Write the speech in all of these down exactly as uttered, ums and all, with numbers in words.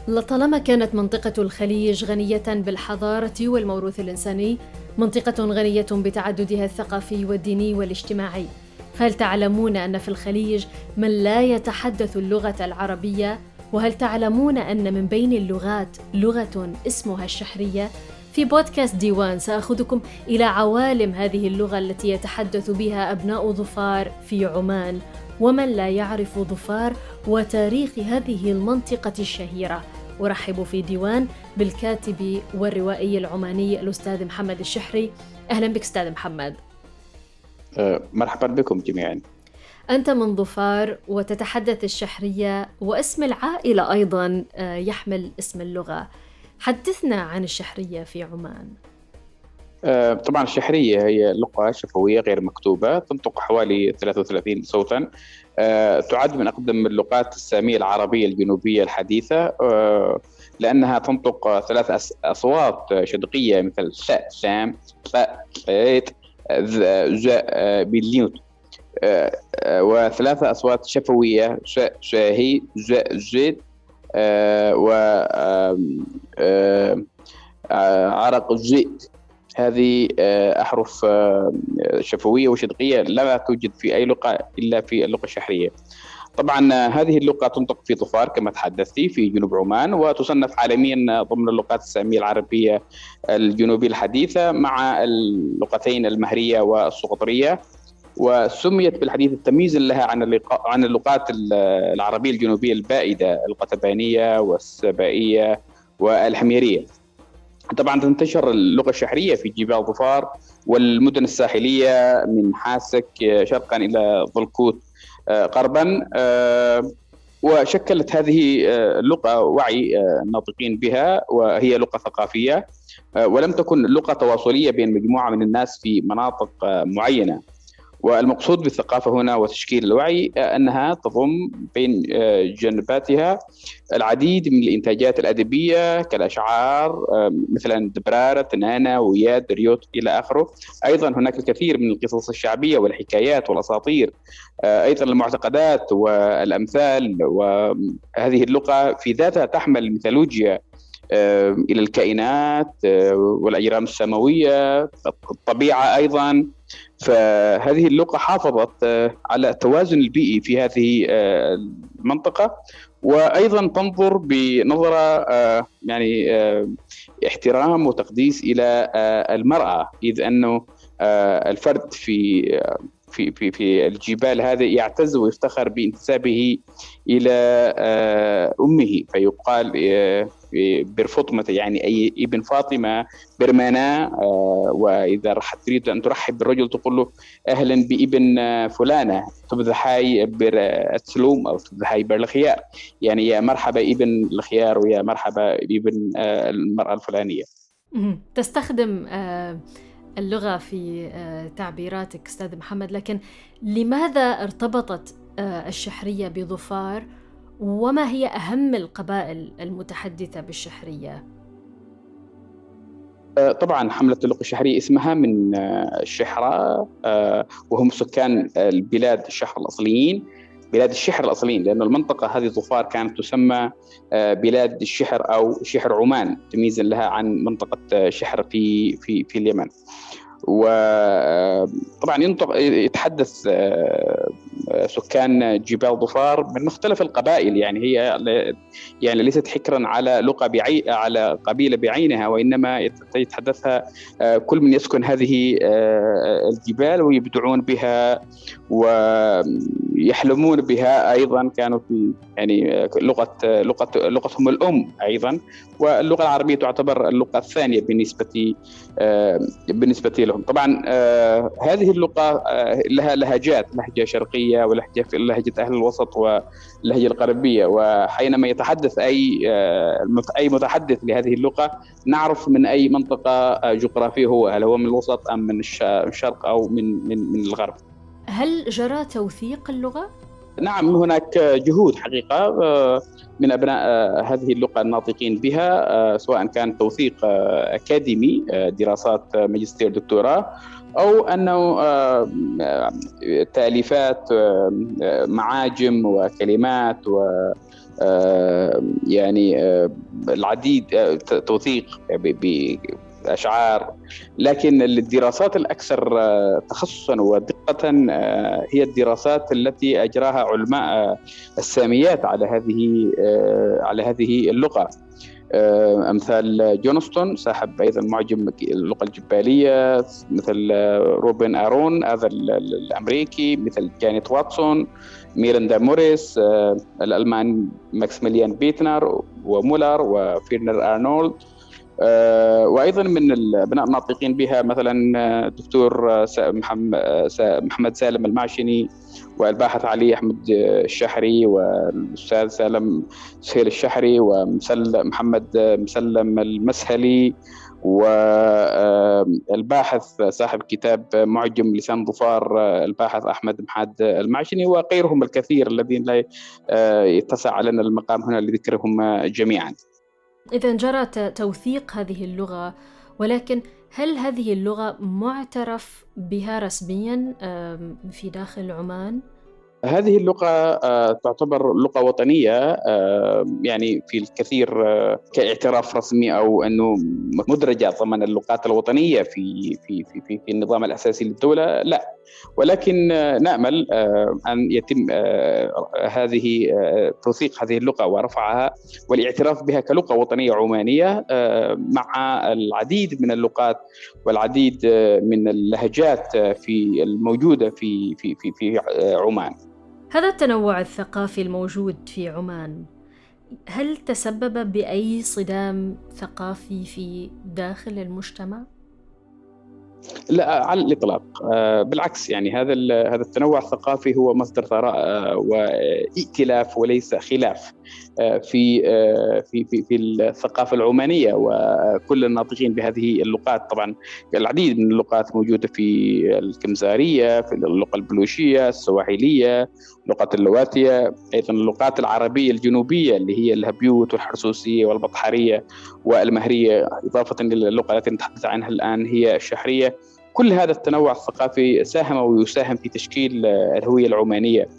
لطالما كانت منطقة الخليج غنية بالحضارة والموروث الإنساني، منطقة غنية بتعددها الثقافي والديني والاجتماعي. فهل تعلمون أن في الخليج من لا يتحدث اللغة العربية؟ وهل تعلمون أن من بين اللغات لغة اسمها الشحرية؟ في بودكاست ديوان سأخذكم إلى عوالم هذه اللغة التي يتحدث بها أبناء ظفار في عمان، ومن لا يعرف ظفار وتاريخ هذه المنطقة الشهيرة. أرحب في ديوان بالكاتب والروائي العماني الأستاذ محمد الشحري. أهلا بك أستاذ محمد. مرحبا بكم جميعا. أنت من ظفار وتتحدث الشحرية، واسم العائلة أيضا يحمل اسم اللغة. حدثنا عن الشحرية في عمان. طبعا الشحرية هي لغة شفوية غير مكتوبة تنطق حوالي ثلاثة وثلاثين صوتا، تعد من أقدم اللغات السامية العربية الجنوبية الحديثة، لأنها تنطق ثلاث أصوات شدقية مثل س سام ف ث ذ ز بالليوت، وثلاثة أصوات شفوية ش شاهي ز زد و عرق زيت. هذه أحرف شفوية وشدقية لا توجد في أي لغة إلا في اللغة الشحرية. طبعا هذه اللغة تنطق في ظفار كما تحدثتي في جنوب عمان، وتصنف عالميا ضمن اللغات السامية العربية الجنوبية الحديثة مع اللغتين المهرية والسقطرية، وسميت بالحديث تمييزا لها عن عن اللغات العربية الجنوبية البائدة القتبانية والسبائية والحميرية. طبعا تنتشر اللغة الشحرية في جبال ظفار والمدن الساحلية من حاسك شرقا إلى ظلكوت غربا، وشكلت هذه اللغة وعي الناطقين بها، وهي لغة ثقافية ولم تكن لغة تواصلية بين مجموعة من الناس في مناطق معينة. والمقصود بالثقافة هنا وتشكيل الوعي أنها تضم بين جنباتها العديد من الإنتاجات الأدبية كالأشعار مثلا دبرارة تنانة وياد ريوت إلى آخره. أيضا هناك الكثير من القصص الشعبية والحكايات والأساطير، أيضا المعتقدات والأمثال. وهذه اللغة في ذاتها تحمل الميثولوجيا إلى الكائنات والأجرام السماوية، الطبيعة أيضا. فهذه اللغة حافظت على التوازن البيئي في هذه المنطقة، وأيضا تنظر بنظرة يعني احترام وتقديس إلى المرأة، إذ أنه الفرد في في في في الجبال هذا يعتز ويفتخر بانتسابه إلى أمه، فيقال برفطمة يعني أي ابن فاطمة برمانا، وإذا راح تريد أن ترحب بالرجل تقول له أهلا بابن فلانة تبذحاي بالسلوم أو تبذحاي بالخيار، يعني يا مرحبا ابن الخيار ويا مرحبا ابن المرأة الفلانية. تستخدم اللغة في تعبيراتك أستاذ محمد، لكن لماذا ارتبطت الشحرية بظفار؟ وما هي أهم القبائل المتحدثة بالشحرية؟ طبعا حملة اللغة الشحرية اسمها من الشحرة، وهم سكان البلاد الشحر الأصليين، بلاد الشحر الأصليين، لأن المنطقة هذه ظفار كانت تسمى بلاد الشحر أو شحر عمان تمييزا لها عن منطقة شحر في في في اليمن. وطبعا ينطق يتحدث سكان جبال ظفار من مختلف القبائل، يعني هي يعني ليست حكرا على لغة بعي على قبيلة بعينها، وإنما يتحدثها كل من يسكن هذه الجبال ويبدعون بها ويحلمون بها. أيضا كانوا في يعني لغة لغة لغتهم الأم أيضا، واللغة العربية تعتبر اللغة الثانية بالنسبة بالنسبة لهم. طبعا هذه اللغة لها لهجات، لهجة شرقية ولهجة لهجة أهل الوسط واللهجة الغربية، وحينما يتحدث أي أي متحدث لهذه اللغة نعرف من أي منطقة جغرافية هو، هل هو من الوسط أم من الشرق أو من من من الغرب. هل جرى توثيق اللغة؟ نعم، هناك جهود حقيقة من أبناء هذه اللغة الناطقين بها، سواء كان توثيق أكاديمي دراسات ماجستير دكتوراه، أو أنه تأليفات معاجم وكلمات يعني العديد توثيق بأشعار. لكن الدراسات الأكثر تخصصا ودقة هي الدراسات التي أجراها علماء الساميات على هذه على هذه اللغة، أمثال جونستون صاحب أيضا معجم اللغة الجبالية، مثل روبن آرون هذا الأمريكي، مثل جانيت واتسون، ميرندا موريس، الألمان ماكسيميليان بيتنر ومولر وفيرنر أرنولد، وأيضا من الأبناء الناطقين بها مثلا دكتور محمد سالم المعشني، والباحث علي أحمد الشحري، والأستاذ سالم سهيل الشحري، ومحمد مسلم المسهلي، والباحث صاحب كتاب معجم لسان ظفار الباحث أحمد محمد المعشني، وغيرهم الكثير الذين لا يتسع لنا المقام هنا لذكرهم جميعا. إذن جرى توثيق هذه اللغة، ولكن هل هذه اللغة معترف بها رسميا في داخل عمان؟ هذه اللغة تعتبر لغة وطنية، يعني في الكثير كاعتراف رسمي أو أنه مدرجة ضمن اللغات الوطنية في في في في, في النظام الأساسي للدولة، لا. ولكن نأمل أن يتم هذه توثيق هذه اللغة ورفعها والاعتراف بها كلغة وطنية عمانية مع العديد من اللغات والعديد من اللهجات في الموجودة في في في في عمان. هذا التنوع الثقافي الموجود في عمان هل تسبب بأي صدام ثقافي في داخل المجتمع؟ لا على الإطلاق، بالعكس، يعني هذا هذا التنوع الثقافي هو مصدر ثراء وائتلاف وليس خلاف في في في في الثقافة العمانية، وكل الناطقين بهذه اللغات. طبعا العديد من اللغات موجودة في الكمزارية، في اللغة البلوشية، السواحلية، لغة اللواتية، أيضا اللغات العربية الجنوبية اللي هي الهبيوت والحرسوسية والبطحرية والمهرية، إضافة إلى اللغة التي نتحدث عنها الآن هي الشحرية. كل هذا التنوع الثقافي ساهم ويساهم في تشكيل الهوية العمانية،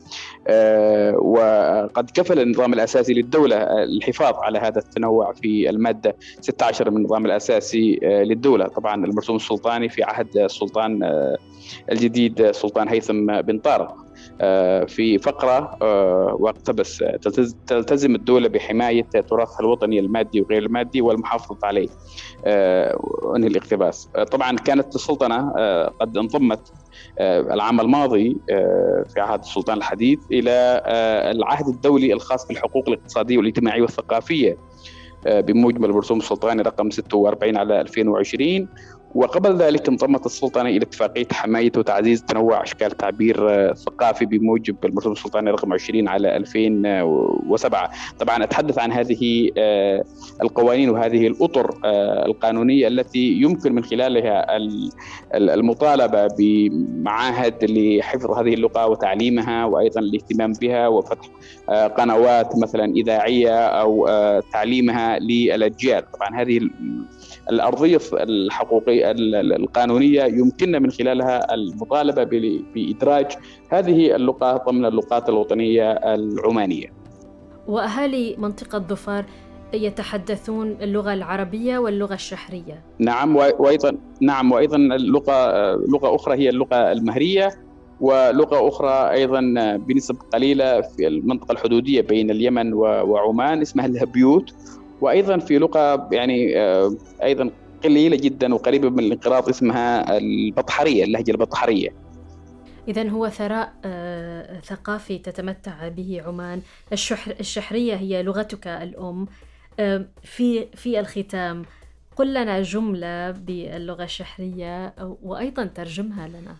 وقد كفل النظام الأساسي للدولة الحفاظ على هذا التنوع في المادة ستة عشر من النظام الأساسي للدولة. طبعا المرسوم السلطاني في عهد السلطان الجديد سلطان هيثم بن طارق في فقرة واقتبس: تلتزم الدولة بحماية تراثها الوطني المادي وغير المادي والمحافظة عليه. وانهي الاقتباس. طبعا كانت السلطنة قد انضمت العام الماضي في عهد السلطان الحديث إلى العهد الدولي الخاص بالحقوق الاقتصادية والاجتماعية والثقافية بموجب المرسوم السلطاني رقم ستة وأربعين على ألفين وعشرين. وقبل ذلك انضمت السلطنة إلى اتفاقية حماية وتعزيز تنوع أشكال تعبير ثقافي بموجب المرسوم السلطاني رقم عشرين على ألفين وسبعة. طبعا أتحدث عن هذه القوانين وهذه الأطر القانونية التي يمكن من خلالها المطالبة بمعاهد لحفظ هذه اللغة وتعليمها، وأيضا الاهتمام بها وفتح قنوات مثلا إذاعية أو تعليمها للأجيال. طبعا هذه الأرضية الحقوقية القانونية يمكننا من خلالها المطالبة بإدراج هذه اللغة ضمن اللغات الوطنية العمانية. وأهالي منطقة ظفار يتحدثون اللغة العربية واللغة الشحرية. نعم، وأيضا نعم وأيضا اللغة لغة أخرى هي اللغة المهرية، ولغة أخرى أيضا بنسب قليلة في المنطقة الحدودية بين اليمن وعمان اسمها الهبيوت، وأيضا في لغة يعني أيضا قليلة جدا وقريبة من الانقراض اسمها البطحرية، اللهجة البطحرية. إذن هو ثراء ثقافي تتمتع به عمان. الشحر الشحرية هي لغتك الأم. في في الختام قل لنا جملة باللغة الشحرية وأيضا ترجمها لنا.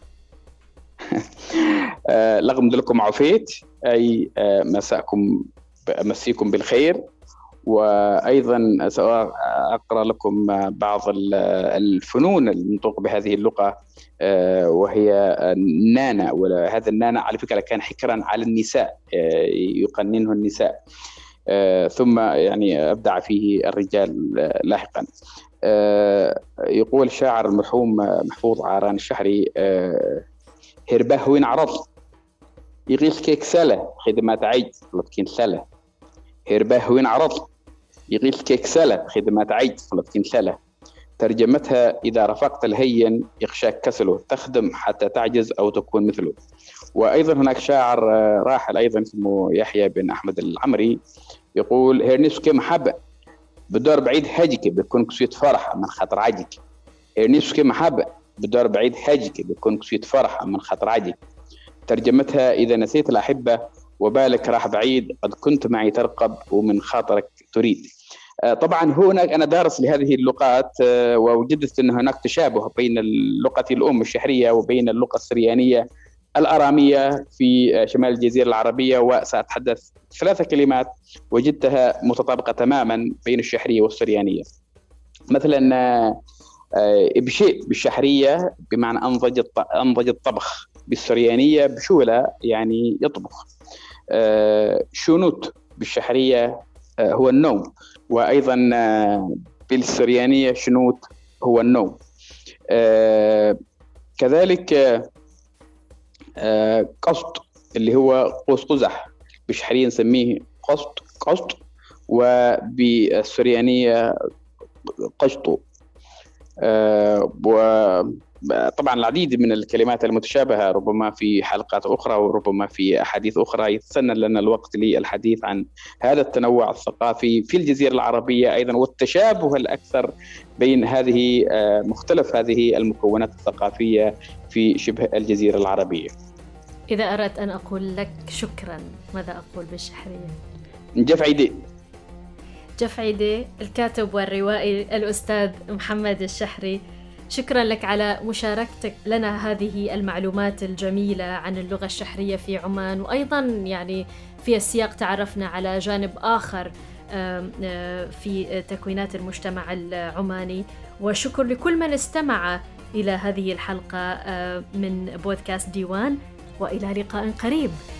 لغم لكم عفيت، أي مساءكم أمسيكم بالخير. وأيضا سأقرأ لكم بعض الفنون المنطوق بهذه اللغة، وهي النانا. وهذا النانا على فكرة كان حكرا على النساء، يقننه النساء، ثم يعني أبدع فيه الرجال لاحقا. يقول الشاعر المرحوم محفوظ عاران الشحري: هربه وين عرض يغيث كيك سلة خدمات عيد لكن سلة، هيرباه وين عرض يغيل كيك سالة خدمات عيد فلتكين سالة. ترجمتها إذا رفقت الهين يخشاك كسله، تخدم حتى تعجز أو تكون مثله. وأيضا هناك شاعر راحل أيضا اسمه يحيى بن أحمد العمري يقول هيرنيس كم حبة بدور بعيد هاجك بتكون كسويت فرح من خطر عجك. هيرنيس كم حبة بدور بعيد هاجك بتكون كسويت فرح من خطر عجك. ترجمتها إذا نسيت الأحبة وبالك راح بعيد قد كنت معي ترقب ومن خاطرك تريد. طبعا هناك أنا دارس لهذه اللغات ووجدت أن هناك تشابه بين اللغة الأم الشحرية وبين اللغة السريانية الأرامية في شمال الجزيرة العربية، وسأتحدث ثلاثة كلمات وجدتها متطابقة تماما بين الشحرية والسريانية. مثلا إبشيء بالشحرية بمعنى أنضج أنضج الطبخ، بالسريانية بشولة يعني يطبخ. شنوت بالشحرية هو النوم، وأيضا بالسريانية شنوت هو النوم. كذلك قسط اللي هو قوس قزح بالشحرية نسميه قسط قسط، وبالسريانية قشطو. وطبعا العديد من الكلمات المتشابهة ربما في حلقات أخرى وربما في أحاديث أخرى يتسنى لنا الوقت للحديث عن هذا التنوع الثقافي في الجزيرة العربية أيضا، والتشابه الأكثر بين هذه مختلف هذه المكونات الثقافية في شبه الجزيرة العربية. إذا أردت أن أقول لك شكرا ماذا أقول بالشحرية؟ جفعيدي. جفعيدي الكاتب والروائي الأستاذ محمد الشحري، شكرا لك على مشاركتك لنا هذه المعلومات الجميلة عن اللغة الشحرية في عمان، وأيضا يعني في السياق تعرفنا على جانب آخر في تكوينات المجتمع العماني. وشكر لكل من استمع إلى هذه الحلقة من بودكاست ديوان، وإلى لقاء قريب.